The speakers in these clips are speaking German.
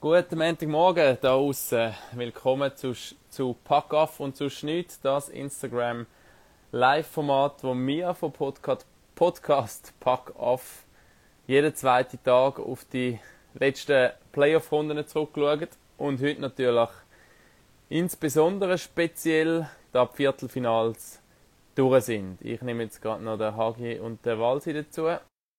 Guten Montagmorgen da außen. Willkommen zu Pack Off und zu Schnitt, das Instagram Live-Format, wo wir vom Podcast Pack Off jeden zweiten Tag auf die letzten Playoff-Runden zurückschauen und heute natürlich insbesondere speziell, da die Viertelfinals durch sind. Ich nehme jetzt gerade noch den Hagi und den Walsi dazu.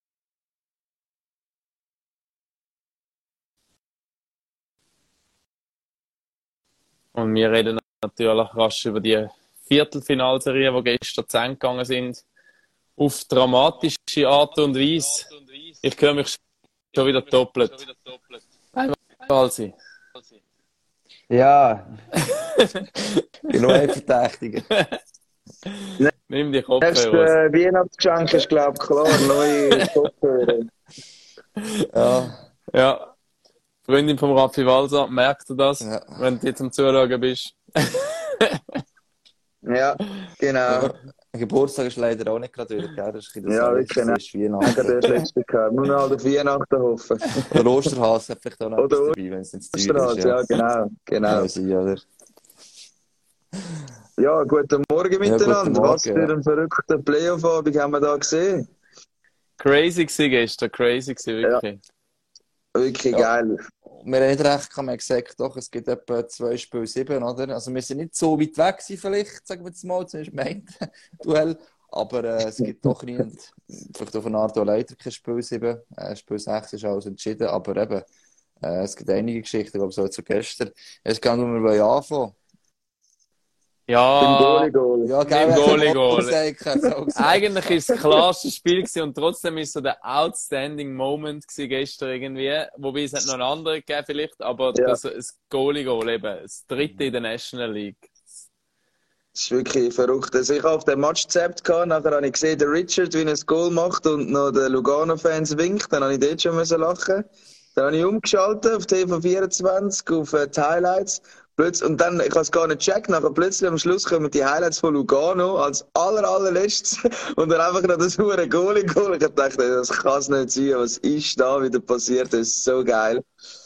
Und wir reden natürlich rasch über die Viertelfinalserie, die gestern zu Ende gegangen sind. Auf dramatische Art und Weise. Ich höre mich schon wieder doppelt. Einmal, Walsi. Ja. Bin nur ein Verdächtiger. Nimm die Kopfhörer Nächstes raus. Weihnachtsgeschenk ist, glaube ich, klar. Neue Kopfhörer. Ja. Freundin von Raffi Walser, merkst du das, Ja. wenn du jetzt am Zuschauen bist? Ja, genau. Ja. Geburtstag ist leider auch nicht gerade wieder, gell? Das ist ein bisschen Ja, das wirklich, ist Ich habe Weihnachten. das letzte gehabt. Nur noch halt auf Weihnachten hoffen. Oder Osterhase hat vielleicht auch noch Oder etwas dabei, wenn es nicht zu teuer Straße, ist. ja, genau. Kann sein, oder? Ja, guten Morgen miteinander. guten Morgen, Was für ein verrückter Playoff-Abend haben wir da gesehen? Crazy gewesen gestern, crazy gewesen, wirklich. Wirklich Ja. geil. Wir haben nicht recht, kann man gesagt, doch, es gibt etwa 2 Spiele 7, oder? Also wir sind nicht so weit weg gewesen, vielleicht, sagen wir jetzt mal, zumindest mein Duell. Aber es gibt doch nicht, vielleicht auf eine Art auch leider kein Spiel 7. Spiel 6 ist alles entschieden, aber eben, es gibt einige Geschichten, glaube ich, so zu gestern. Jetzt gehen wir anfangen. Im Ja, Goalie-Goal. Ja, Im Goalie-Goal. So Eigentlich ist es das klarste Spiel gewesen und trotzdem ist so der outstanding Moment gewesen gestern irgendwie. Wobei es hat noch einen anderen gegeben vielleicht, aber Ja. das Goalie-Goal eben, das dritte in der National League. Das ist wirklich verrückt. Also ich habe auf den Match gezappt, nachher habe ich gesehen, der Richard, wie er ein Goal macht und noch der Lugano-Fans winkt. Dann habe ich dort schon lachen. Dann habe ich umgeschaltet auf TV24, auf die Highlights. Und dann, ich habe es gar nicht gecheckt, nachher plötzlich am Schluss kommen die Highlights von Lugano als allerletztes und dann einfach noch das hure Goalie-Goal. Ich dachte, das kann es nicht sein. Was ist da wieder passiert? Das ist so geil.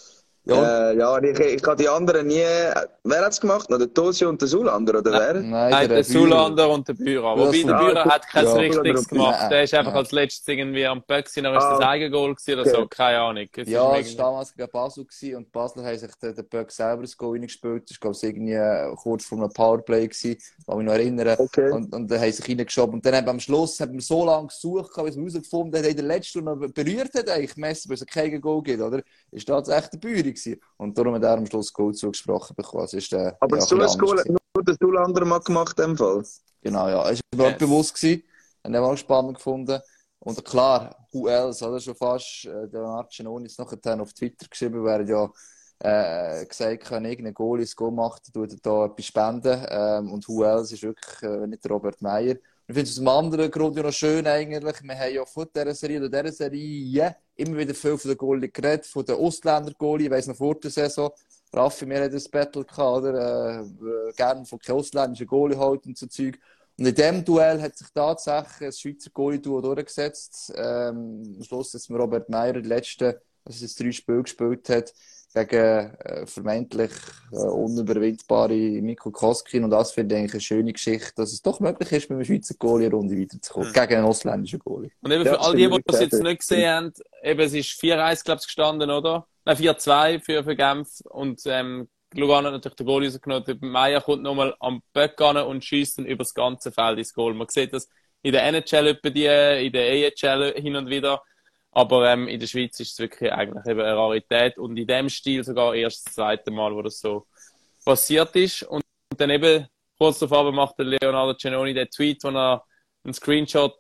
Ja. Und ich habe die anderen nie... Wer hat es gemacht? Noch der Tosi und der Sulander, oder wer? Nein, der Sulander und der Bührer. Wobei der Bührer hat kein richtiges gemacht. Nein, Der ist einfach nein. als letztes irgendwie am Böck gewesen, dann ist das Eigengoal gewesen oder so. Keine Ahnung. Es Ja, ist es war damals gegen Basel gewesen, und die Basler haben sich den Böck selber das Goal reingespielt. Das war, glaube ich, irgendwie kurz vor einem Powerplay gewesen, kann mich noch erinnern. Okay. Und dann haben sie sich reingeschoben. Und dann haben wir am Schluss haben wir so lange gesucht, bis wir herausgefunden haben, der letzte, der noch berührt hat, eigentlich Messi, weil es kein Goal gibt, oder? Ist tatsächlich der Bührer gewesen. Und darum hat er am Schluss Goal zugesprochen bekommen. Also ist der, Aber ja, so ein ein Goal hat bisschen nur der Sulander mal gemacht, in dem Fall. Genau, ja. Es war mir bewusst gewesen. Haben wir auch spannend gefunden. Und klar, who else, oder? Schon fast, der Arcenoni jetzt nachher auf Twitter geschrieben, wer ja gesagt, wenn irgendein Goalie ein Goal macht, tut er da etwas spenden. Und who else ist wirklich nicht der Robert Meyer. Ich finde es aus einem anderen Grund ja noch schön eigentlich. Wir haben ja von dieser Serie immer wieder viel von den Goalie geredet, von den Ausländer-Goalie. Ich weiss noch vor der Saison, Raffi, wir hatten ein Battle gehabt, oder? Gerne von keinem ausländischen Goalie halten und so Zeug. Und in diesem Duell hat sich tatsächlich ein Schweizer Goalie-Duo durchgesetzt. Am Schluss ist Robert Meyer, der letzte, als er 3 Spiele gespielt hat, gegen vermeintlich unüberwindbare Mikko Koskin. Und das finde ich eigentlich eine schöne Geschichte, dass es doch möglich ist, mit einem Schweizer Goalie eine Runde weiterzukommen. Gegen einen ausländischen Goalie. Und eben für all die das jetzt nicht gesehen haben, eben, es ist 4-1, glaube ich, gestanden, oder? Nein, 4-2 für Genf. Und Lugano hat natürlich den Goal rausgenommen. Der Meier kommt nochmal am Böck an und schießt dann über das ganze Feld ins Goal. Man sieht das in der NHL etwa in der EHL hin und wieder. Aber in der Schweiz ist es wirklich eigentlich eben eine Rarität. Und in dem Stil sogar erst das zweite Mal, wo das so passiert ist. Und dann eben kurz darauf macht der Leonardo Giannoni den Tweet, wo er einen Screenshot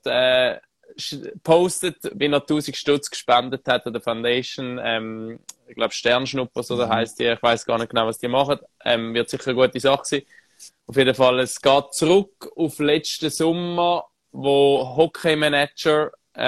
postet, wie er 1000 Stutz gespendet hat an der Foundation. Ich glaube Sternschnuppers oder heisst die, ich weiß gar nicht genau, was die machen. Wird sicher eine gute Sache sein. Auf jeden Fall, es geht zurück auf letzten Sommer, wo Hockey-Manager,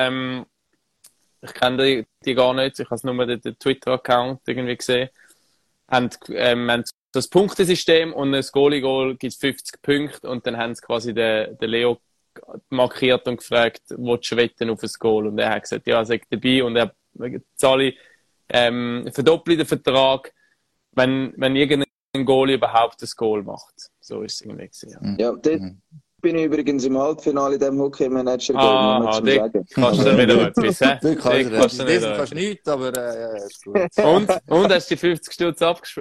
ich kenne die gar nicht, ich habe nur den Twitter-Account irgendwie gesehen, haben das Punktesystem und ein Goalie-Goal gibt 50 Punkte und dann haben sie quasi den Leo markiert und gefragt, willst du wetten auf ein Goal? Und er hat gesagt, ja, er sei dabei und er zahle verdoppelt den Vertrag wenn irgendein Goalie überhaupt das Goal macht. So ist es irgendwie gewesen. Ja, das bin ich übrigens im Halbfinale in diesem Hockey-Manager-Game. Kannst du dann wieder etwas, hä? Du kannst nichts, aber ist gut. Und hast du die 50 Stutz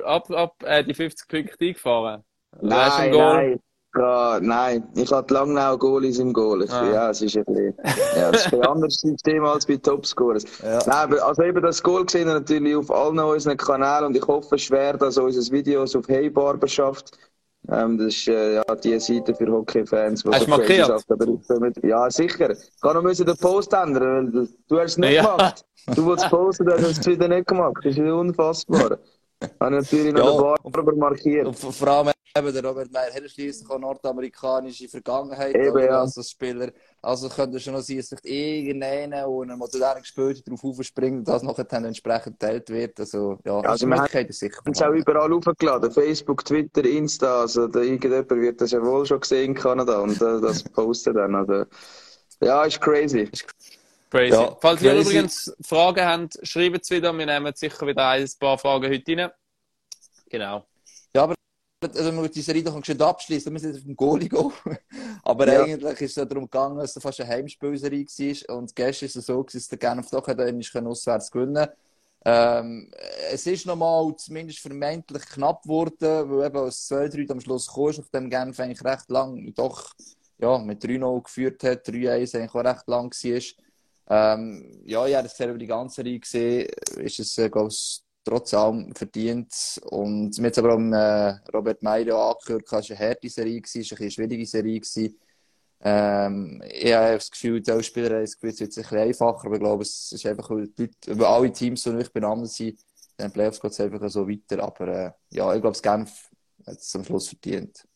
die 50 Punkte eingefahren? Nein. Nein, ich hatte lange auch Goalies im Goal. Ja, es ist ein bisschen, das ist ein anderes System als bei Topscorers. Ja. Nein, aber also eben das Goal gesehen natürlich auf allen unseren Kanälen und ich hoffe schwer, dass unser Videos auf Hey Barberschaft, das ist die Seite für Hockey-Fans. Hast du markiert? Ja, sicher. Ich kann noch den Post ändern, weil du hast es nicht gemacht. Du wolltest posten, du hast es wieder nicht gemacht. Das ist unfassbar. Ich habe natürlich noch den Barber markiert. Und vor allem eben der Robert Meyer hat schliesslich auch nordamerikanische Vergangenheit als Spieler. Also könnte es schon noch sein, dass sich irgendeiner, der einen modernen gespielt hat, darauf aufspringt und das nachher dann entsprechend geteilt wird. Also also wir haben es auch überall aufgeladen. Facebook, Twitter, Insta. Also irgendjemand wird das ja wohl schon gesehen in Kanada und das postet dann. Also, ja, ist crazy. Crazy. Ja, falls ihr übrigens Fragen habt, schreibt es wieder. Wir nehmen sicher wieder ein paar Fragen heute rein. Genau. Ja, aber also wir die Serie doch schon abschließen, wir müssen jetzt auf den Goalie gehen. Aber eigentlich ist es darum gegangen, dass es fast eine Heimspielserie war. Und gestern ist es so, dass der Genf doch auswärts gewinnen konnte. Es ist nochmal zumindest vermeintlich knapp geworden, weil eben als 2-3 am Schluss kam, nachdem Genf eigentlich recht lang doch mit 3-0 geführt hat, 3-1 eigentlich auch recht lang war. Ich habe das über die ganze Serie gesehen, ist es, glaube ich, trotz allem verdient. Und mir hat aber auch Robert Meyer angehört, dass es eine harte Serie war, eine schwierige Serie war. Ich habe das Gefühl, die Spieler haben es jetzt ein bisschen einfacher, aber ich glaube, es ist einfach, weil die Leute, über alle Teams, die nicht beieinander sind, in den Playoffs geht es einfach so weiter. Aber ich glaube, das Genf hat es am Schluss verdient.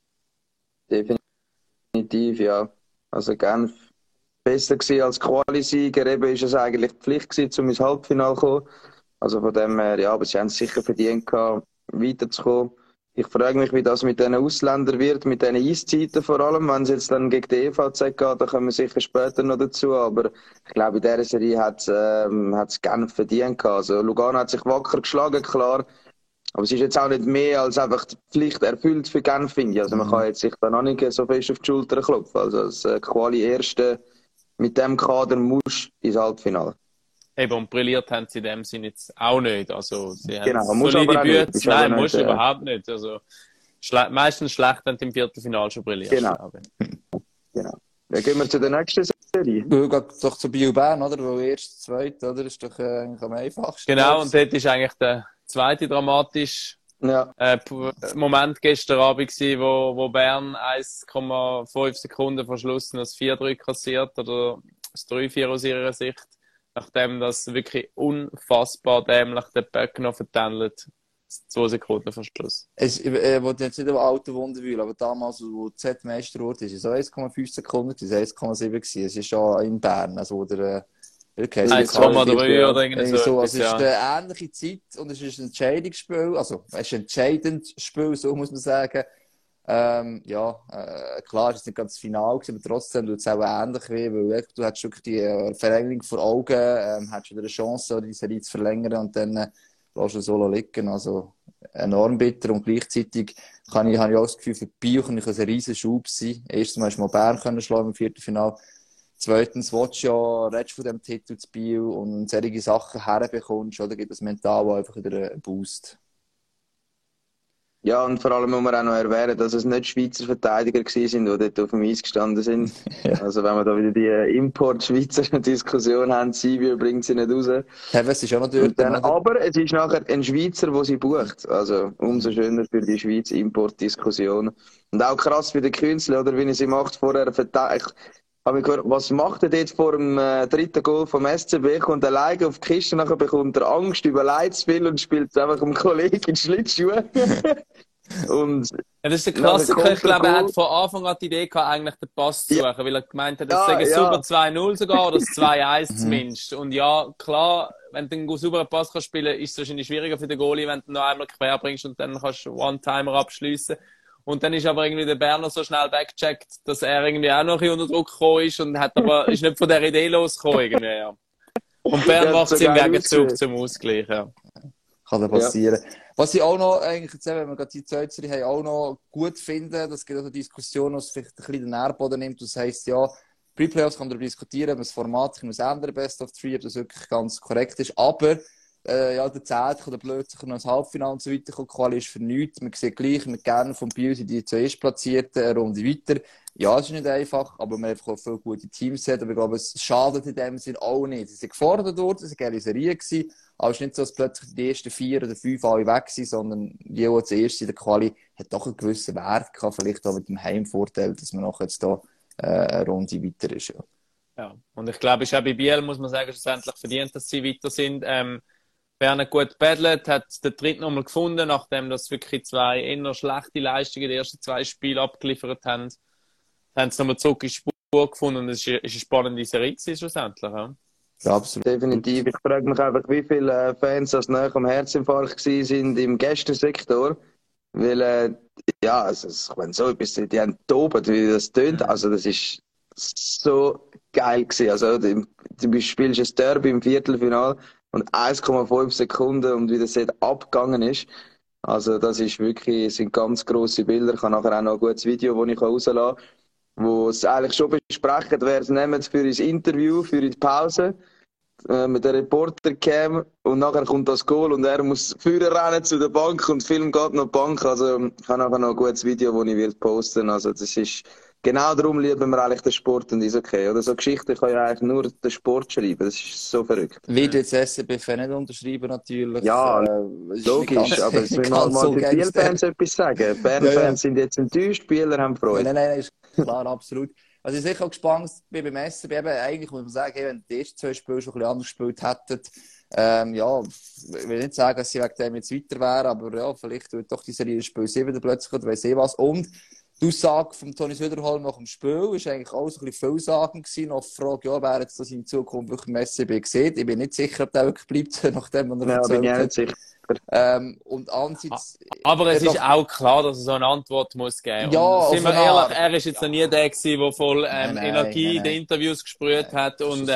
Definitiv, ja. Also Genf besser gewesen als Quali-Sieger, eben ist es eigentlich die Pflicht gewesen, um ins Halbfinale zu kommen. Also von dem her, aber sie haben es sicher verdient gehabt, weiterzukommen. Ich frage mich, wie das mit diesen Ausländern wird, mit diesen Eiszeiten vor allem. Wenn es jetzt dann gegen die EVZ geht, dann kommen wir sicher später noch dazu. Aber ich glaube, in dieser Serie hat es Genf verdient gehabt. Also Lugano hat sich wacker geschlagen, klar. Aber es ist jetzt auch nicht mehr als einfach die Pflicht erfüllt für Genf, finde ich. Also man kann jetzt sich da noch nicht so fest auf die Schulter klopfen. Also als Quali-Erste mit dem Kader muss ins Halbfinale. Eben, und brilliert haben sie in dem Sinne jetzt auch nicht. Also, sie haben solide Bütze. Nein, musst du überhaupt nicht. Also, meistens schlecht, wenn du im Viertelfinale schon brillierst. Genau. Dann gehen wir zu der nächsten Serie. Du gehst doch zu Biel-Bern, oder? Weil erst, zweit, oder? Ist doch eigentlich am einfachsten. Genau, und dort ist eigentlich der zweite dramatische Moment gestern Abend gewesen, wo Bern 1,5 Sekunden vor Schluss noch das 4-3 kassiert, oder das 3-4 aus ihrer Sicht. Nachdem das wirklich unfassbar dämlich der Böck noch vertändelt. 2 Sekunden vor Schluss. Ich wollte jetzt nicht über alte Wunder wühlen, aber damals, wo Z Meister wurde, ist es so 1,5 Sekunden, das war 1,7 gewesen. Es ist schon in Bern, also der 1,3 oder irgendwie so. Also es ist eine ähnliche Zeit und es ist ein Entscheidungsspiel, also es ist ein entscheidendes Spiel, so muss man sagen. Klar, es ist nicht ganz das Finale gewesen, aber trotzdem tut es auch ähnlich weh, weil du hast wirklich die Verlängerung vor Augen, hast wieder eine Chance, die Serie zu verlängern und dann lässt du solo liegen. Also enorm bitter und gleichzeitig habe ich auch das Gefühl, für Biel kann ich ein riesen Schub sein. Erstens hast du mal Bern können schlagen im Viertelfinale. Zweitens willst du redest von diesem Titel zu Biel und solche Sachen herbekommst, oder gibt es mental einfach wieder einen Boost. Ja, und vor allem muss man auch noch erwähnen, dass es nicht Schweizer Verteidiger waren, die dort auf dem Eis gestanden sind. Ja. Also wenn wir da wieder die Import-Schweizer-Diskussion haben, Sivio bringt sie nicht raus. Teves ist auch noch dort. Aber es ist nachher ein Schweizer, der sie bucht. Also umso schöner für die Schweiz Import-Diskussion. Und auch krass wie der Künstler, oder wie er sie macht vorher verteidigt. Habe ich gehört, was macht er dort vor dem dritten Goal vom SCB? Kommt alleine auf die Kiste, nachher bekommt er Angst, überlegt zu viel und spielt einfach einem Kollegen in die Schlittschuhe. Und das ist der Klassiker. Ich glaube, er hat von Anfang an die Idee gehabt, eigentlich den Pass zu suchen, weil er gemeint hat, das sei super 2-0 sogar, oder das 2-1 zumindest. Und ja, klar, wenn du einen sauberen Pass kannst spielen, ist es wahrscheinlich schwieriger für den Goalie, wenn du noch einmal quer bringst und dann kannst du One-Timer abschliessen. Und dann ist aber irgendwie der Berner so schnell backcheckt, dass er irgendwie auch noch ein bisschen unter Druck gekommen ist und hat aber, ist nicht von der Idee losgekommen irgendwie, ja. Und Bern macht es im Gegenzug zum Ausgleich, ja. Ich kann da passieren. Ja. Was ich auch noch, eigentlich, jetzt, wenn wir gerade die zweite Serie haben, auch noch gut finde, das gibt auch eine Diskussion, die vielleicht ein bisschen den Nährboden nimmt. Das heisst, ja, Pre-Playoffs kann man darüber diskutieren, ob man das Format muss ändern, Best of Three, ob das wirklich ganz korrekt ist. Aber, ja, der 10. oder plötzlich noch ins Halbfinale und so weiter kommt, Quali ist für nichts. Man sieht gleich, mit Genf und Biel sind die zuerst platzierten, eine Runde weiter. Ja, es ist nicht einfach, aber man einfach auch viele gute Teams hat. Aber ich glaube, es schadet in dem Sinn auch nicht. Sie sind gefordert worden, es war eine geile Serie gewesen. Aber es ist nicht so, dass plötzlich die ersten 4 oder 5 alle weg sind, sondern die, die zuerst in der Quali, hat doch einen gewissen Wert gehabt, vielleicht auch mit dem Heimvorteil, dass man noch jetzt da eine Runde weiter ist. Ja. Ja, und ich glaube, es ist auch bei Biel, muss man sagen, schlussendlich verdient, dass sie weiter sind. Bern gut gebattelt, hat den dritten nochmal gefunden, nachdem das wirklich 2 eher schlechte Leistungen die ersten 2 Spiele abgeliefert haben. Haben sie nochmal zurück in die Spur gefunden und es ist eine spannende Serie gewesen, schlussendlich. Ja. Ja, absolut. Definitiv. Ich frage mich einfach, wie viele Fans als nahe am Herzinfarkt sind im Gästensektor. Weil, ja, also, ich meine, so etwas, die haben tobt, wie das tönt. Also, das ist so geil gewesen. Also, du spielst ein Derby im Viertelfinale und 1,5 Sekunden und wie das abgegangen ist. Also, das ist wirklich, sind ganz grosse Bilder. Ich habe nachher auch noch ein gutes Video, das ich rauslassen kann, wo es eigentlich schon besprechen, wer es nimmt für ein Interview, für die Pause. Mit der Reporter-Cam und nachher kommt das Goal und er muss führen rennen zu der Bank und Film geht noch die Bank. Also ich habe nachher noch ein gutes Video, das ich will posten. Also das ist genau darum lieben wir eigentlich den Sport und ist okay. Oder so Geschichten kann ja eigentlich nur den Sport schreiben. Das ist so verrückt. Wird jetzt SCBF nicht unterschreiben natürlich. Ja, logisch. Aber es will mal so die Biel-Fans etwas sagen. Bern-Fans sind jetzt enttäuscht, Spieler haben Freude. Nein, ist klar, absolut. Also ich bin sicher gespannt bin beim SCB. Eigentlich muss man sagen, wenn die ersten 2 Spiele schon ein bisschen anders gespielt hätten, ja, ich will nicht sagen, dass sie wegen dem jetzt weiter wären, aber ja, vielleicht wird doch die Serie Spiel 7 plötzlich oder weiss ich was. Und die Aussage von Toni Söderholm nach dem Spiel war eigentlich auch so ein bisschen vielsagend gewesen. Noch die Frage, ja, wer jetzt das in Zukunft wirklich im SCB sieht. Ich bin nicht sicher, ob der wirklich bleibt, nachdem man ja, bin ich auch nicht sicher. Und andererseits, aber es ist auch klar, dass es so eine Antwort muss geben. Ja, sind wir ehrlich, er ist jetzt noch nie der gewesen, der voll Energie in den Interviews gesprüht hat und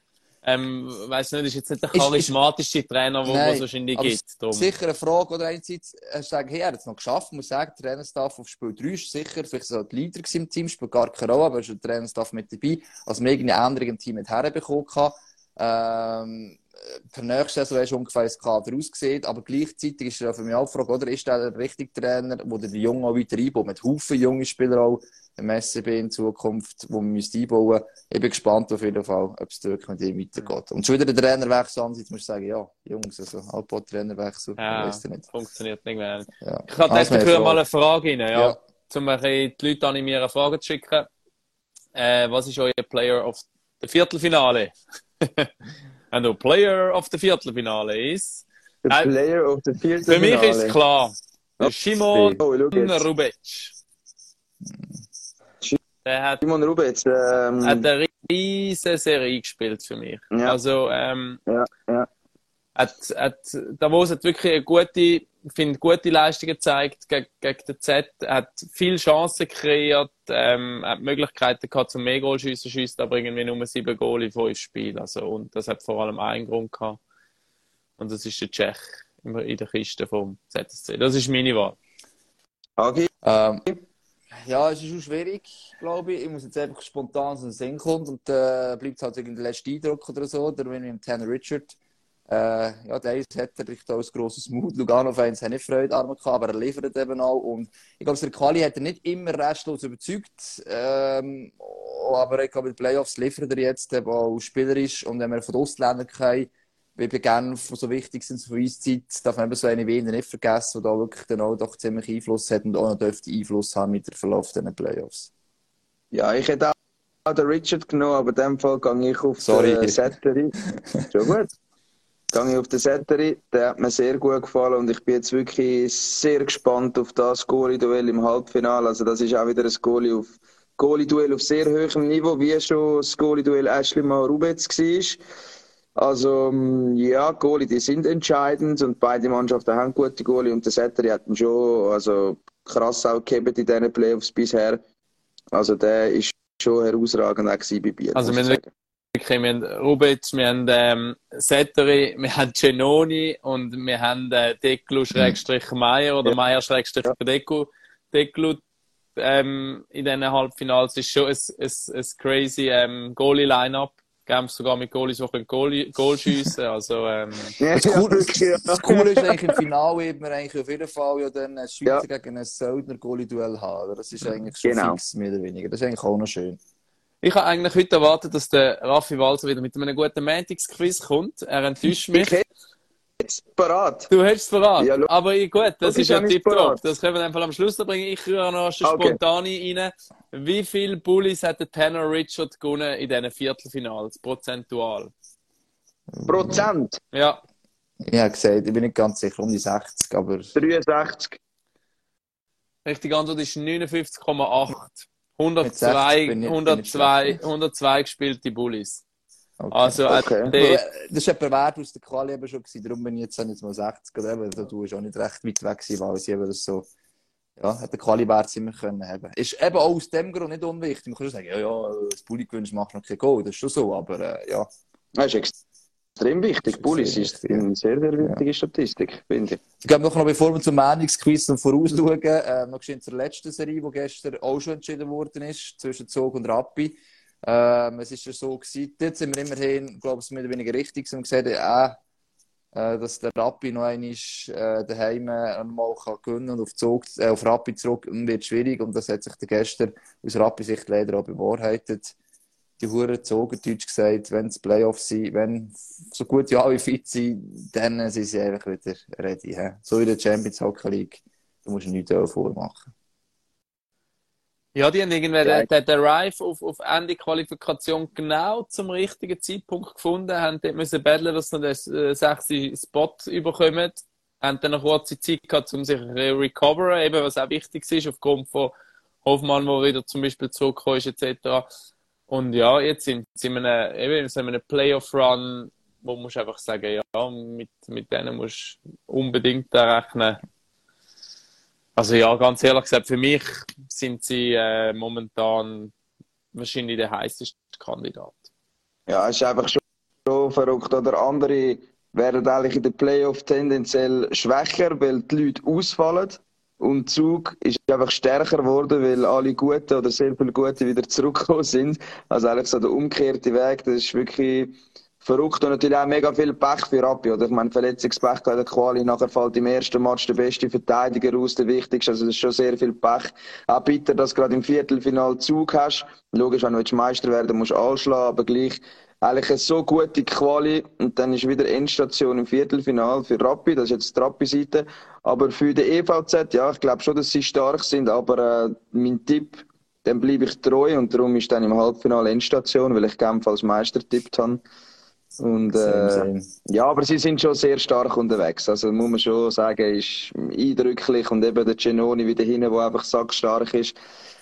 weiss nicht, ist jetzt nicht der charismatische Trainer, der es wahrscheinlich gibt. Drum. Sicher eine Frage, oder einerseits sagen, hey, er hat es noch geschafft, muss sagen, der Trainerstaff auf Spiel 3 ist sicher, vielleicht so die Leader im Team, spielt gar keine Rolle, aber ist der Trainerstaff mit dabei, also man irgendeine Änderung im Team mit herbekommen kann. Per nächste Saison hast du ungefähr das Kader ausgesehen, aber gleichzeitig ist er für mich auch die Frage, oder ist der der richtige Trainer, der die Jungen auch weiter einbaut, mit Haufen junge Spieler auch im SCB in Zukunft, die man einbauen müsste. Ich bin gespannt auf jeden Fall, ob es wirklich mit ihm weitergeht. Und schon wieder der Trainerwechsel ansieht, musst du sagen, ja, Jungs, also Alpo-Trainerwechsel, weiss nicht. Funktioniert nicht mehr. Ja. Ich hatte dafür mal eine Frage rein, ja. Um die Leute animieren, Fragen zu schicken. Was ist euer Player of the Viertelfinale? And the Player of the Viertelfinale ist... The Player of the Viertelfinale. Für mich ist klar, Šimon Rubec. Der hat, Šimon Rubec hat eine riesige Serie gespielt für mich. Ja. Also, Davos hat wirklich gute Leistungen gezeigt gegen den Z, hat viele Chancen kreiert, hat Möglichkeiten gehabt zum mehr Goal schiessen, aber irgendwie nur 7 Goal in 5 Spielen. Also, und das hat vor allem einen Grund gehabt. Und das ist der Tschech in der Kiste vom ZSC. Das ist meine Wahl. Okay. Ja, es ist schon schwierig, glaube ich. Ich muss jetzt einfach spontan so in den Sinn kommen und bleibt halt irgendwie der letzte Eindruck oder so. Der wenn ich Tanner Richard. Ja, der hat er ein grosses Mut. Lugano-Fans haben nicht Freude an ihm gehabt, aber er liefert eben auch. Und ich glaube, der Quali hat er nicht immer restlos überzeugt. Aber ich glaube, in den Playoffs liefert er jetzt eben auch spielerisch. Und wenn wir von den Ausländern kommen, wie bei Genf, die so wichtig sind für Eiszeit, darf man eben so eine Wiener nicht vergessen, die da wirklich dann auch doch ziemlich Einfluss hat und auch noch dürfte Einfluss haben mit dem Verlauf dieser Playoffs. Ja, ich hätte auch den Richard genommen, aber in dem Fall gehe ich auf den Settery. Schon gut. Gehe ich auf den Settery, der hat mir sehr gut gefallen und ich bin jetzt wirklich sehr gespannt auf das Goalie-Duell im Halbfinale. Also das ist auch wieder ein Goalie-Duell auf sehr hohem Niveau, wie schon das Goalie-Duell Ashley Rubetz war. Also ja, Goalie, die sind entscheidend und beide Mannschaften haben gute Goalie und der Settery hat ihn schon krass auch gehabt in diesen Playoffs bisher. Also der ist schon herausragend auch bei Biel. Also wir wirklich wirklich, wir haben Rubic, wir haben Settori, wir haben Cenoni und wir haben Deklu-Meier oder Meier-Deklu in diesen Halbfinals. Es ist schon ein crazy Goalie-Line-Up. Genf sogar mit Goalies, die Goal schiessen. Also, das Coole ist eigentlich im Finale, eben eigentlich auf jeden Fall ja dann ein Schweizer gegen ein Söldner Goalie-Duell haben. Das ist eigentlich schon fix, mehr oder weniger. Das ist eigentlich auch noch schön. Ich habe eigentlich heute erwartet, dass der Raffi Walser wieder mit einem guten Mantics-Quiz kommt. Er enttäuscht mich. Ich hätte es parat. Du hättest es parat. Ja, aber gut, das ist ja tipptopp. parat. Das können wir einfach am Schluss noch bringen. Ich rühre noch spontan rein. Wie viele Bullies hat der Tanner Richard gewonnen in diesen Viertelfinals? Prozentual. Prozent? Ja. Ich habe gesagt, ich bin nicht ganz sicher, um die 60, aber... 63. Richtige Antwort ist 59,8. 102 gespielte Bullies. Okay. Also, das ist etwa Wert aus der Quali eben schon gewesen. Darum bin ich jetzt mal 60. Oder? Weil du auch nicht recht weit weg gewesen, weil sie eben das so, ja, hat den Quali-Wert immer können haben. Ist eben auch aus dem Grund nicht unwichtig. Man kann schon sagen, ja, das Bulli-Gewinn macht noch kein Goal. Das ist schon so, aber ja. Das ist extrem wichtig. Bullies ist eine sehr, sehr wichtige Statistik, finde ich. Ich glaube, noch bevor wir zum Meinungsquiz vorausschauen, noch zur letzten Serie, die gestern auch schon entschieden worden ist, zwischen Zug und Rappi. Es ist ja so gewesen, dort sind wir immerhin, glaube ich, mehr oder weniger richtig und gesehen, dass der Rappi noch einmal daheim einmal gewinnen kann und auf Rappi zurück wird schwierig. Und das hat sich gestern aus Rappi-Sicht leider auch bewahrheitet. Die Huren zogen, deutsch gesagt, wenn es Playoffs sind, wenn so gut wie alle fit sind, dann sind sie einfach wieder ready. He? So in der Champions Hockey League, da musst du nichts vormachen. Ja, die haben irgendwie den Drive auf Ende Qualifikation genau zum richtigen Zeitpunkt gefunden, haben dort müssen battlen, dass sie den 6. Spot überkommen, haben dann eine kurze Zeit gehabt, um sich zu recoveren, eben was auch wichtig ist, aufgrund von Hoffmann, der wieder zum Beispiel zurückgekommen ist, etc. Und ja, jetzt sind wir in einem Playoff-Run, wo musst du einfach sagen, ja, mit denen musst du unbedingt rechnen. Also ja, ganz ehrlich gesagt, für mich sind sie momentan wahrscheinlich der heißeste Kandidat. Ja, es ist einfach schon verrückt. Oder andere werden eigentlich in den Playoff tendenziell schwächer, weil die Leute ausfallen. Und Zug ist einfach stärker geworden, weil alle Guten oder sehr viele Gute wieder zurückgekommen sind. Also eigentlich so der umgekehrte Weg, das ist wirklich verrückt und natürlich auch mega viel Pech für Rappi. Oder? Ich meine, Verletzungspech in der Quali, nachher fällt im ersten Match der beste Verteidiger aus, der wichtigste. Also das ist schon sehr viel Pech. Auch bitter, dass du gerade im Viertelfinal Zug hast. Logisch, wenn du Meister werden musst du anschlagen, aber gleich eigentlich eine so gute Quali und dann ist wieder Endstation im Viertelfinal für Rappi, das ist jetzt die Rappi-Seite. Aber für den EVZ, ja, ich glaube schon, dass sie stark sind, aber mein Tipp, dem bleibe ich treu und darum ist dann im Halbfinale Endstation, weil ich Genf als Meister tippt habe. Und ja, aber sie sind schon sehr stark unterwegs. Also muss man schon sagen, ist eindrücklich und eben der Cenoni wieder hinten, der einfach sackstark ist.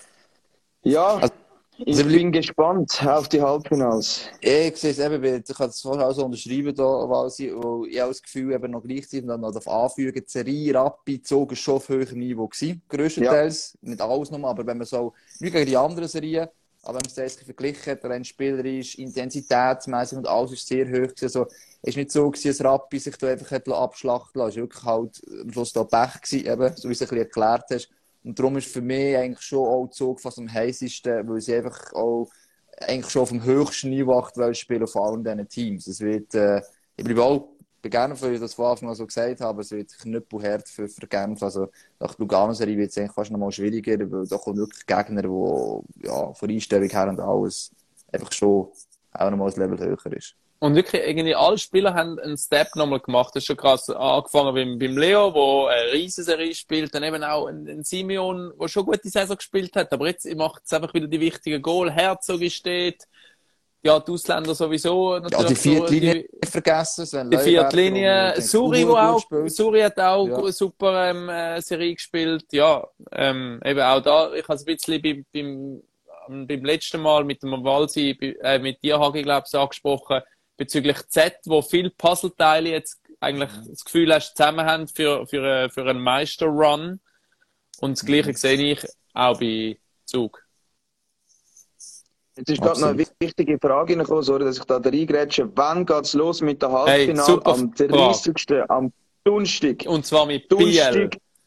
Ja, ich bin gespannt auf die Halbfinals. Ich sehe es eben, ich kann es vorher auch so unterschreiben, weil ich auch das Gefühl eben noch gleichzeitig noch anfügen, die Serie Rappi Zug ist schon auf höherem Niveau gewesen, grösstenteils, nicht alles nochmal, aber wenn man so, nicht gegen die anderen Serien, aber wenn man es verglichen hat, rein spielerisch, intensitätsmäßig und alles ist sehr hoch gewesen. Also, es war nicht so gewesen, dass Rappi sich da einfach abschlachten lassen. Es war wirklich halt am Schluss da Pech gewesen, eben, so wie du es ein bisschen erklärt hast. Und darum ist für mich eigentlich schon auch Zug fast am heißesten, weil sie einfach auch eigentlich schon auf dem höchsten Niveau aktuell spielen von allen diesen Teams. Es wird, ich bleibe auch gerne, weil ich das von Anfang an so gesagt habe, es wird knüppelhart für Genf. Also nach der Lugano-Serie wird es eigentlich fast noch mal schwieriger, weil da kommen wirklich Gegner, die ja, von Einstellung her und alles einfach schon auch noch mal ein Level höher ist. Und wirklich, irgendwie alle Spieler haben einen Step nochmal gemacht. Das ist schon krass. Angefangen beim Leo, der eine Riesenserie spielt, dann eben auch ein Simeon, der schon gute Saison gespielt hat, aber jetzt macht es einfach wieder die wichtigen Goal. Herzog steht, ja, die Ausländer sowieso. Natürlich ja, die vierte Linie vergessen. Die vierte Linie. Suri hat auch super Serie gespielt. Ja, eben auch da, ich habe es ein bisschen beim letzten Mal mit dem Walsi, mit dir, Hagi, glaube ich, angesprochen, bezüglich Z, wo viele Puzzleteile jetzt eigentlich das Gefühl hast, zusammen haben für einen Meister-Run. Und das Gleiche sehe ich auch bei Zug. Jetzt ist gerade noch eine wichtige Frage gekommen, sorry, dass ich da reingrätsche. Wann geht es los mit der Halbfinale? Am 30. am Donnerstag. Und zwar mit Biel.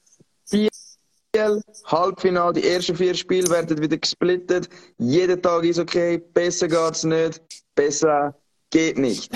Halbfinale, die ersten 4 Spiele werden wieder gesplittet. Jeden Tag ist okay, besser geht's nicht, besser geht nicht.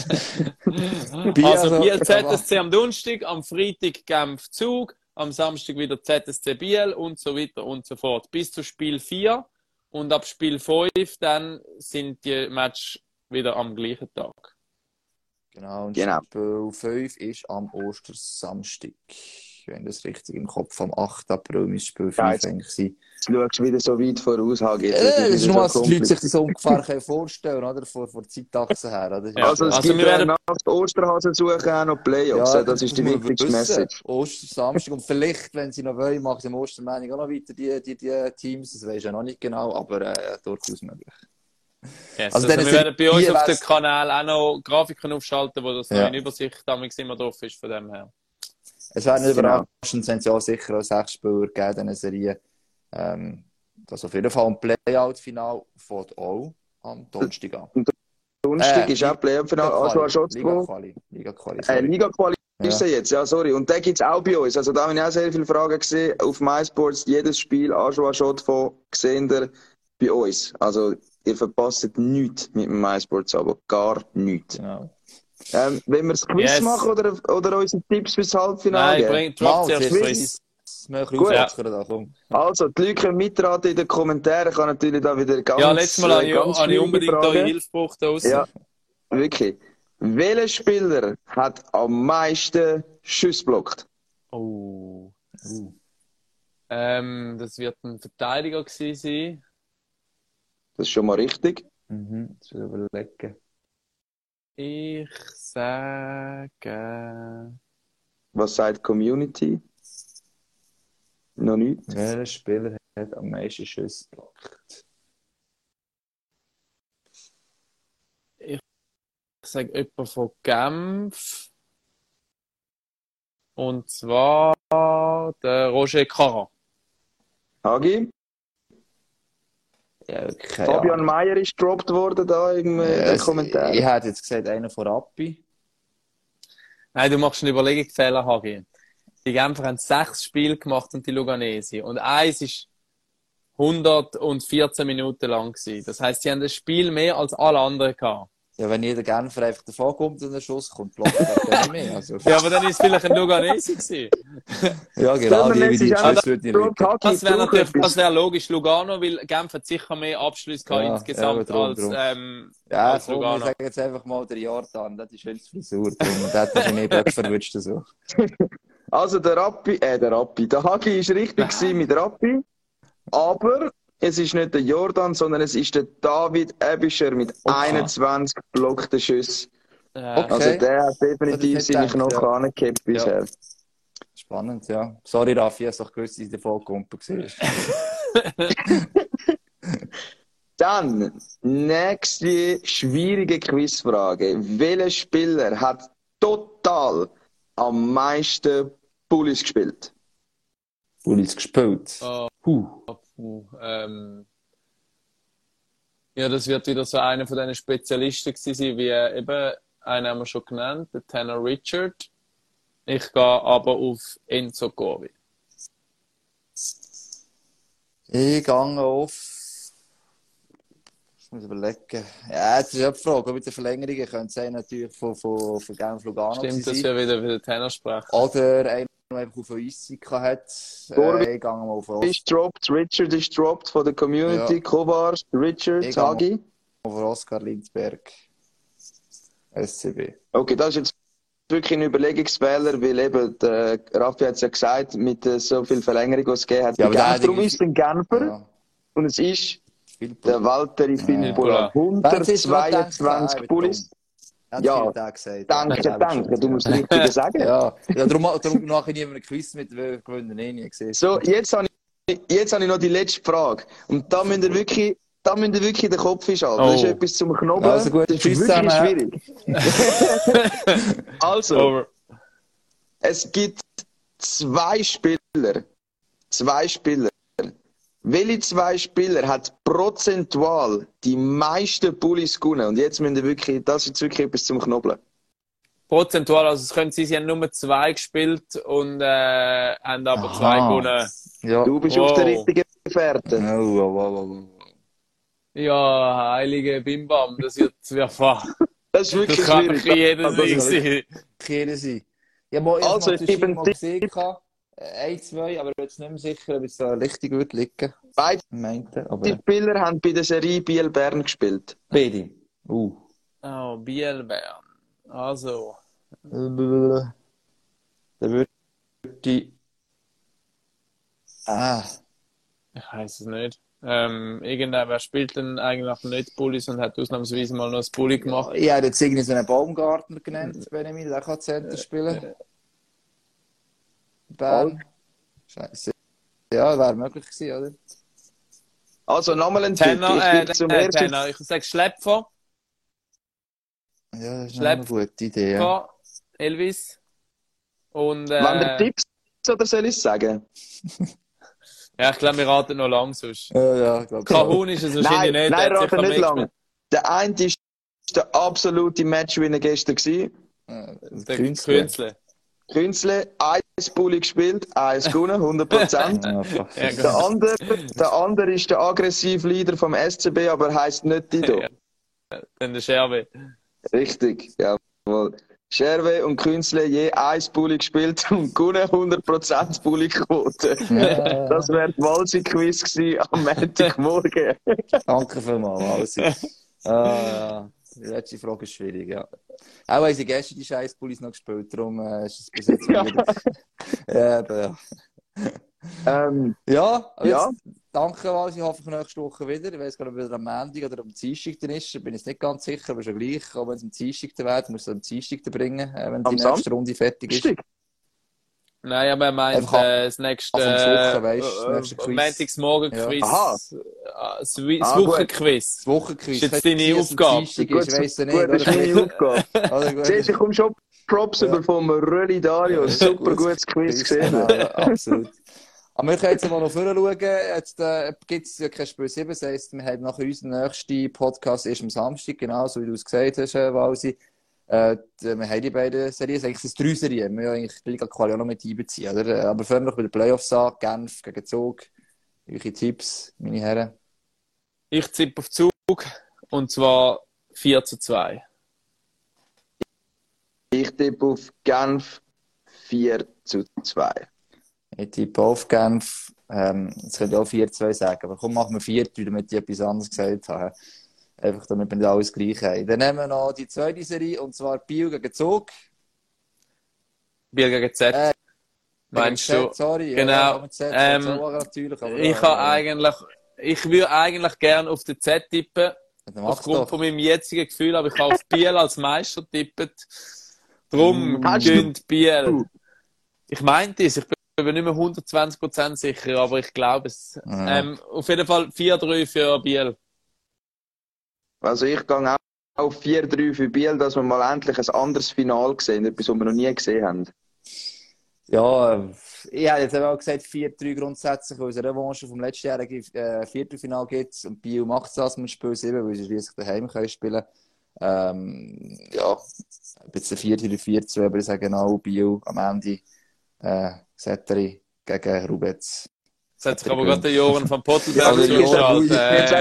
Also Biel ZSC am Donnerstag, am Freitag Genf Zug, am Samstag wieder ZSC Biel und so weiter und so fort. Bis zu Spiel 4 und ab Spiel 5 dann sind die Matches wieder am gleichen Tag. Genau, und Spiel 5 ist am Ostersamstag. Wenn das richtig im Kopf am 8. April müsste Spiel 5 eigentlich sein. Jetzt schaust du wieder so weit voraus, Hagi. Das ist nur, dass die Leute sich das ungefähr vorstellen oder? Von Zeitachse her. Oder? Ja, also es gibt wir werden nach der Osterhase suchen auch noch Playoffs. Ja, das ist die wichtigste Message. Ostersamstag und vielleicht, wenn sie noch wollen, machen sie am Ostermännig auch noch weiter die Teams. Das weiß ich ja noch nicht genau, aber durchaus möglich. Yes, also wir werden bei uns auf dem Kanal auch noch Grafiken aufschalten, wo das noch in Übersicht damals immer drauf ist, von dem her. Es wäre nicht überraschend, wenn es ja sicher auch 6 Spieler geben in dieser Serie. Das auf jeden Fall ein Playout-Final fährt auch am Donnerstag an. Und Donnerstag ist auch Playout-Final. Also Liga-Quali ist er jetzt, ja, sorry. Und den gibt es auch bei uns. Also da habe ich auch sehr viele Fragen gesehen. Auf MySports, jedes Spiel, Ajoa-Shot von gesehen bei uns. Also ihr verpasst nichts mit dem MySports, aber gar nichts. Genau. Wenn wir das Quiz machen oder unsere Tipps fürs Halbfinale? Nein, drop zuerst Quiz. Also, die Leute können mitraten in den Kommentaren. Ich kann natürlich da wieder ganz. Ja, letztes Mal habe ich unbedingt eure Hilfe gebraucht. Ja, wirklich. Welcher Spieler hat am meisten Schüsse blockt? Oh. Das wird ein Verteidiger gewesen sein. Das ist schon mal richtig. Das will ich überlegen. Ich sage. Was sagt die Community? Noch nicht. Welcher Spieler hat am meisten Schüsse geblockt? Ich sage jemand von Genf. Und zwar der Roger Caron. Hagi? Ja, Fabian Meyer ist gedroppt worden da im Kommentar. Ich hätte jetzt gesagt, einer von Rappi. Nein, du machst einen Überlegungsfehler, Hagi. Die Genfer haben 6 Spiele gemacht und die Luganesi. Und eins ist 114 Minuten lang gewesen. Das heisst, sie haben das Spiel mehr als alle anderen gehabt. Ja, wenn jeder Genfer einfach davon kommt und der Schuss kommt, blockt er nicht mehr. Also. Ja, aber dann ist es vielleicht ein Luganesi gewesen. Ja, genau, die Schüsse würde ich nicht. Das wäre logisch, Lugano, weil Genf hat sicher mehr Abschlüsse gehabt insgesamt als Lugano. Ich sage jetzt einfach mal der Jordan, das ist schönste Frisur. Der hat mich nicht Böck verwünscht. So. Also der Hagi war richtig mit Rappi, aber es ist nicht der Jordan, sondern es ist der David Ebischer mit 21 geblockten Schüssen. Okay. Also der hat definitiv seine Knochen angehabt bisher. Spannend, ja. Sorry Raffi, ich habe doch gewusst, dass ich in der Vollkumpe war. Dann, nächste schwierige Quizfrage. Welcher Spieler hat total am meisten Bullies gespielt? Bullies gespielt? Ja, das wird wieder so einer von diesen Spezialisten sein, wie eben, einen haben wir schon genannt, der Tanner Richard. Ich gehe aber auf Enzo Corvi. Ich gehe auf... Ich muss überlegen. Ja, jetzt ist ja die Frage, mit der Verlängerung könnte es natürlich von Genf Lugano sein. Stimmt, das ja wieder der Tenor sprechen. Oder einer, der einfach auf Eissika hat. Ich gehe mal auf Richard ist dropped von der Community. Ja. Kovac, Richard, Hagi. Auf Oskar Lindsberg. SCB. Okay, das ist jetzt wirklich ein Überlegungsfehler, weil eben, der Raffi hat es ja gesagt, mit so viel Verlängerung, die es gegeben hat. Ja, darum ist es ein Genfer und es ist der Valtteri Filppula. 122 Bullies. Ja, danke, du musst richtig sagen. Ja, darum mache ich nie einen Quiz mit Gewinnen. So, jetzt habe ich noch die letzte Frage. Und da müsst ihr wirklich den Kopf einschalten. Das ist etwas zum Knobeln. Also gut, das ist wirklich schwierig. Also, es gibt zwei Spieler, Welche zwei Spieler hat prozentual die meisten Bullies gewonnen? Und jetzt müssen wir wirklich, das ist jetzt wirklich etwas zum Knobeln. Prozentual, also es können sie haben nur 2 gespielt und haben aber 2 gewonnen. Ja. Du bist auf der richtigen Fährte. Ja, heilige Bimbam, das wird Das ist wirklich das kann schwierig. jeder sein. Ja, mal Also, ich habe mal gesehen, 1, 2, aber ich bin jetzt nicht mehr sicher, ob es da richtig wird liegen. Beide aber... die Spieler haben bei der Serie Biel-Bern gespielt. Beide. Oh, Biel-Bern. Also. Da würde ich... Ich weiß es nicht. Wer spielt denn eigentlich nicht Bullies und hat ausnahmsweise mal noch ein Bulli gemacht? Ich habe jetzt irgendwie so einen Baumgartner genannt, Benjamin, der kann Center spielen. Bern. Scheiße. Ja, wäre möglich gewesen, oder? Also nochmal ein Tipp. Ich sage Schlepfer. Ja, das ist eine gute Idee. Ja. Elvis. Und, Wenn der Tipps oder soll ich es sagen? Ja, ich glaube, wir raten noch lang sonst. Ja, ich glaube. Kahun ist es wahrscheinlich nicht. Nein, raten nicht lang. Der eine ist der absolute Matchwinner gestern gewesen. Der Künstler. Künstler, 1 Bulli gespielt, 1 gewonnen, 100%. Der andere ist der aggressive Leader vom SCB, aber heisst nicht Dido. Ja. Dann der Scherbe. Richtig, jawohl. Scherwe und Künstler je 1 Bulli gespielt und gewonnen 100% Bulli-Quote. Ja. Das wäre die Walsi-Quiz gewesen am Montagmorgen. Danke vielmals, Walsi. Die letzte Frage ist schwierig, ja. Auch haben sie gestern die scheiß Bullies noch gespielt, darum ist es bis jetzt wieder... Ja. Danke, Walsi. Ich hoffe, nächste Woche wieder. Ich weiß gar nicht, ob wieder am Montag oder am Dienstag dann ist. Bin jetzt nicht ganz sicher, aber schon gleich. Auch wenn es am Dienstag wird, muss es am Dienstag bringen, wenn die nächste Runde fertig ist. Nein, aber er meint das nächste Montagsmorgen-Quiz. Ja. Das Wochenquiz. Das Wochenquiz. Das ist jetzt deine Aufgabe. Ich weiss ja nicht. Gut, das ist meine Aufgabe. Siehst du, ich komme schon Props über vom Rölli Dario. Super gutes Quiz gesehen. Ja, absolut. Aber wir können jetzt mal noch vorne schauen. Jetzt gibt es ja kein Spiel 7. Das heisst, wir haben nachher unseren nächsten Podcast erst am Samstag, genau so wie du es gesagt hast, Walsi. Wir haben die beiden Serien, eigentlich sind es 3 Serien. Wir haben eigentlich die Liga-Quali auch noch mit einbeziehen, oder? Aber fangen wir noch bei den Playoffs an. Genf gegen Zug. Welche Tipps, meine Herren? Ich tippe auf Zug. Und zwar 4:2. Ich tippe auf Genf 4:2. Ich tippe auf Genf. Jetzt könnte ich auch 4:2 sagen. Aber komm, machen wir 4:3, damit ich etwas anderes gesagt habe. Einfach damit wir nicht alles gleich haben. Dann nehmen wir noch die zweite Serie, und zwar Biel gegen Zug. Biel gegen Z. Meinst du? Sorry. Genau. Ich würde eigentlich gerne auf den Z tippen. Aufgrund von meinem jetzigen Gefühl, aber ich habe auf Biel als Meister tippet. Drum gönnt Biel. Ich meinte es, ich bin nicht mehr 120% sicher, aber ich glaube es. Auf jeden Fall 4:3 für Biel. Also ich gehe auch auf 4:3 für Biel, dass wir mal endlich ein anderes Finale sehen, etwas, was wir noch nie gesehen haben. Ja, ich habe jetzt auch gesagt 4:3 grundsätzlich, weil es eine Revanche vom letztjährigen Viertelfinale gibt. Und Biel macht das mit Spiel 7, weil sie schliesslich daheim spielen können. Ja, ein bisschen 4:3, 4:2, aber ich sage genau Biel am Ende. Setteri gegen Rubetz. Das hat sich aber gerade der Joren von Pottelberg zugeschaltet.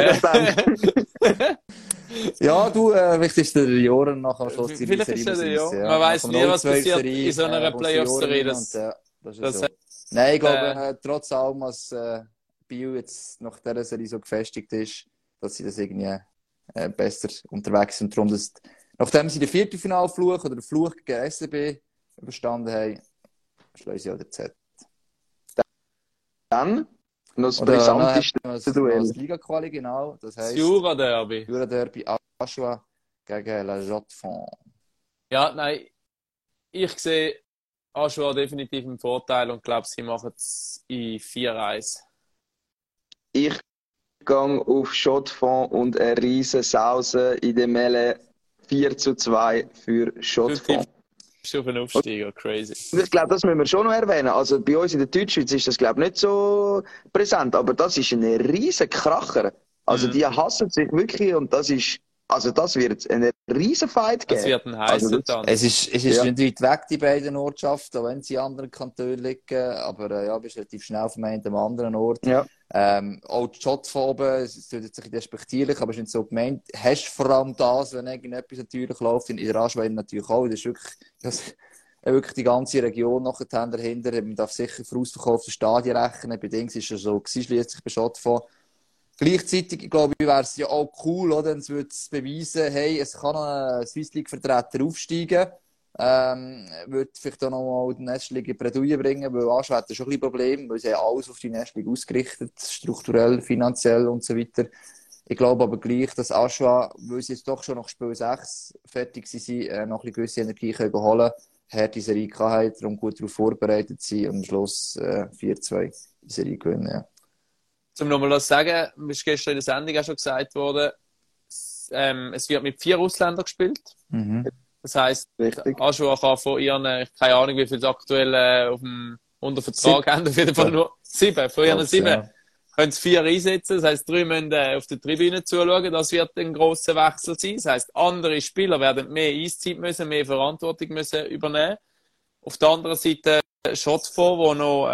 Ja, du, wichtig ist der Joren nach am Schluss. Vielleicht ist der Joren. Man weiss nie, was passiert in so einer Playoff-Serie. Nein, ich glaube, trotz allem, dass Biel jetzt nach dieser Serie so gefestigt ist, dass sie das irgendwie besser unterwegs sind. Darum, dass, nachdem sie den Viertelfinalfluch oder den Fluch gegen SCB überstanden haben, schließen sie auch den Z. Dann noch das brisanteste Duell. Das Liga-Quali, genau. Das heisst, Jura-Derby. Jura-Derby, Aschua gegen La Jotte-Fond. Ja, nein. Ich sehe Aschua definitiv im Vorteil und glaube, sie machen es in 4:1. Ich gehe auf Jotte-Fond und eine riesen Sause in der Melle 4:2 für Jotte-Fond. Auf einen Aufsteiger, crazy. Ich glaube, das müssen wir schon noch erwähnen. Also bei uns in der Deutschschweiz ist das, glaube ich, nicht so so präsent, aber das ist ein riesen Kracher. Also die hassen sich wirklich und das wird ein riesen Fight geben. Das wird ein heißer Tanz. Es ist nicht weit weg, die beiden Ortschaften, auch wenn sie in anderen Kantonen liegen, aber bist relativ schnell auf einem anderen Ort. Ja. Auch die Shot von oben, es tut sich despektierlich, aber es ist nicht so gemeint. Hast du vor allem das, wenn irgendetwas natürlich läuft, in der Aschwein natürlich auch, das ist wirklich die ganze Region nachher dahinter. Man darf sicher für ausverkaufte Stadien rechnen. Bei Dings ist es so schliesslich bei Shot von. Gleichzeitig, glaube ich, wäre es ja auch cool, oder? Es würde beweisen, hey, es kann ein Swiss League-Vertreter aufsteigen. Würde vielleicht auch noch mal die National League in Bredouille bringen, weil Aschua hat schon ein bisschen Probleme, weil sie haben alles auf die National League ausgerichtet, strukturell, finanziell und so weiter. Ich glaube aber gleich, dass Aschua, weil sie jetzt doch schon nach Spiel 6 fertig sind, noch ein bisschen gewisse Energie können holen können, harte Serie haben, darum gut darauf vorbereitet sind und am Schluss 4-2 die Serie gewinnen, ja. Um nochmal was zu sagen, ist gestern in der Sendung auch schon gesagt worden, es wird mit 4 Ausländern gespielt. Mhm. Das heisst, Aschua kann von ihren, keine Ahnung, wie viel aktuell unter Vertrag haben, auf jeden Fall nur 7. Von ihren 7 können sie 4 einsetzen. Das heisst, 3 müssen auf der Tribüne zuschauen. Das wird ein grosser Wechsel sein. Das heisst, andere Spieler werden mehr Eiszeit müssen, mehr Verantwortung müssen übernehmen. Auf der anderen Seite Schotfor, wo noch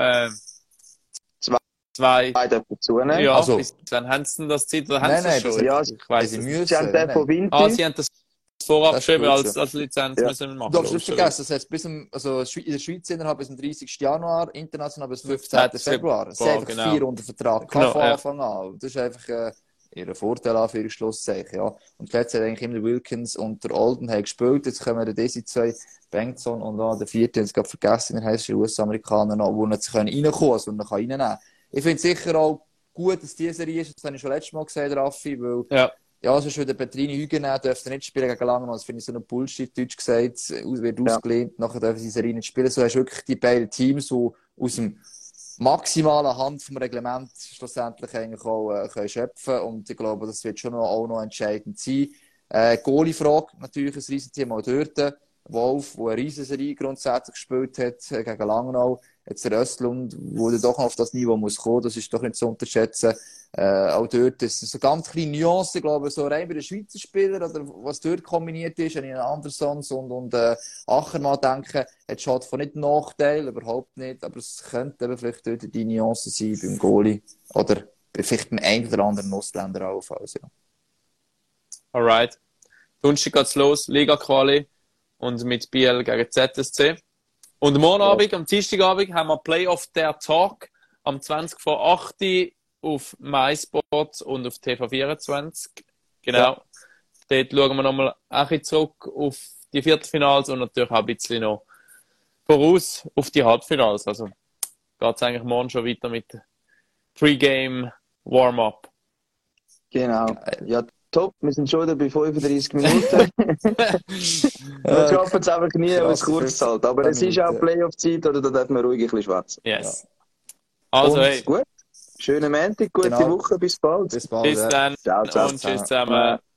zwei dazu nehmen. Ja, also, bis wann haben sie denn das Zeit? Oder haben sie das schon? Ja, ich weiss sie es müssen. Sie haben den von Vinti. Sie haben das vorab geschrieben gut, als Lizenz müssen machen. Du darfst nicht vergessen, das heißt, in der Schweiz innerhalb bis zum 30. Januar, international bis zum 15. Februar. Sie haben einfach 4 unter Vertrag von Anfang an. Das ist einfach ihr Vorteil an für ihre Schlusszeichen. Ja. Und letztes hat eigentlich immer Wilkins und der Olden haben gespielt. Jetzt kommen diese 2, Bengtson und der 4. haben es gerade vergessen, der heisst US-Amerikaner noch, die nicht reinkommen können, also nicht reinnehmen können. Ich finde es sicher auch gut, dass diese Serie ist. Das habe ich schon letztes Mal gesagt, Raffi, weil sonst würde Petrini Hügenen dürfte nicht spielen gegen Langnau. Das finde ich so ein Bullshit, deutsch gesagt. Wird ausgelehnt, nachher dürfen sie die Serie nicht spielen. So hast du wirklich die beiden Teams, die aus dem maximalen Hand vom Reglement schlussendlich eigentlich auch können schöpfen. Und ich glaube, das wird schon auch noch entscheidend sein. Goalie-Frage, natürlich ein Riesenthema auch dort. Wolf, der eine Riesenserie grundsätzlich gespielt hat gegen Langnau. Jetzt der Östlund, der doch noch auf das Niveau muss kommen, das ist doch nicht zu unterschätzen. Auch dort ist so ganz kleine Nuancen, glaube ich, so rein bei den Schweizer Spielern, oder was dort kombiniert ist, wenn ich an Andersons und Achermann denke, hat schon von nicht Nachteil, überhaupt nicht, aber es könnte eben vielleicht dort die Nuancen sein beim Goalie oder vielleicht beim einen oder anderen Ausländer auch. Also, ja. Alright. Donnerstag geht's los, Liga-Quali und mit Biel gegen ZSC. Und morgen Abend, am Dienstagabend, haben wir Playoff der Talk am 20 vor 8 auf MySports und auf TV24. Genau. Ja. Dort schauen wir nochmal ein bisschen zurück auf die Viertelfinals und natürlich auch ein bisschen noch voraus auf die Halbfinals. Also geht es eigentlich morgen schon weiter mit Pre-Game Warm-Up. Genau. Ja, top. Wir sind schon wieder bei 35 Minuten. Wir schaffen es einfach nie, weil es kurz halt. Aber es ist auch Playoff-Zeit, oder da darf man ruhig ein bisschen schwätzen. Yes. Ja. Also, hey. Gut. Schönen Montag, gute Woche, bis bald. Bis bald. Bis dann. Ciao, ciao. Und tschüss zusammen.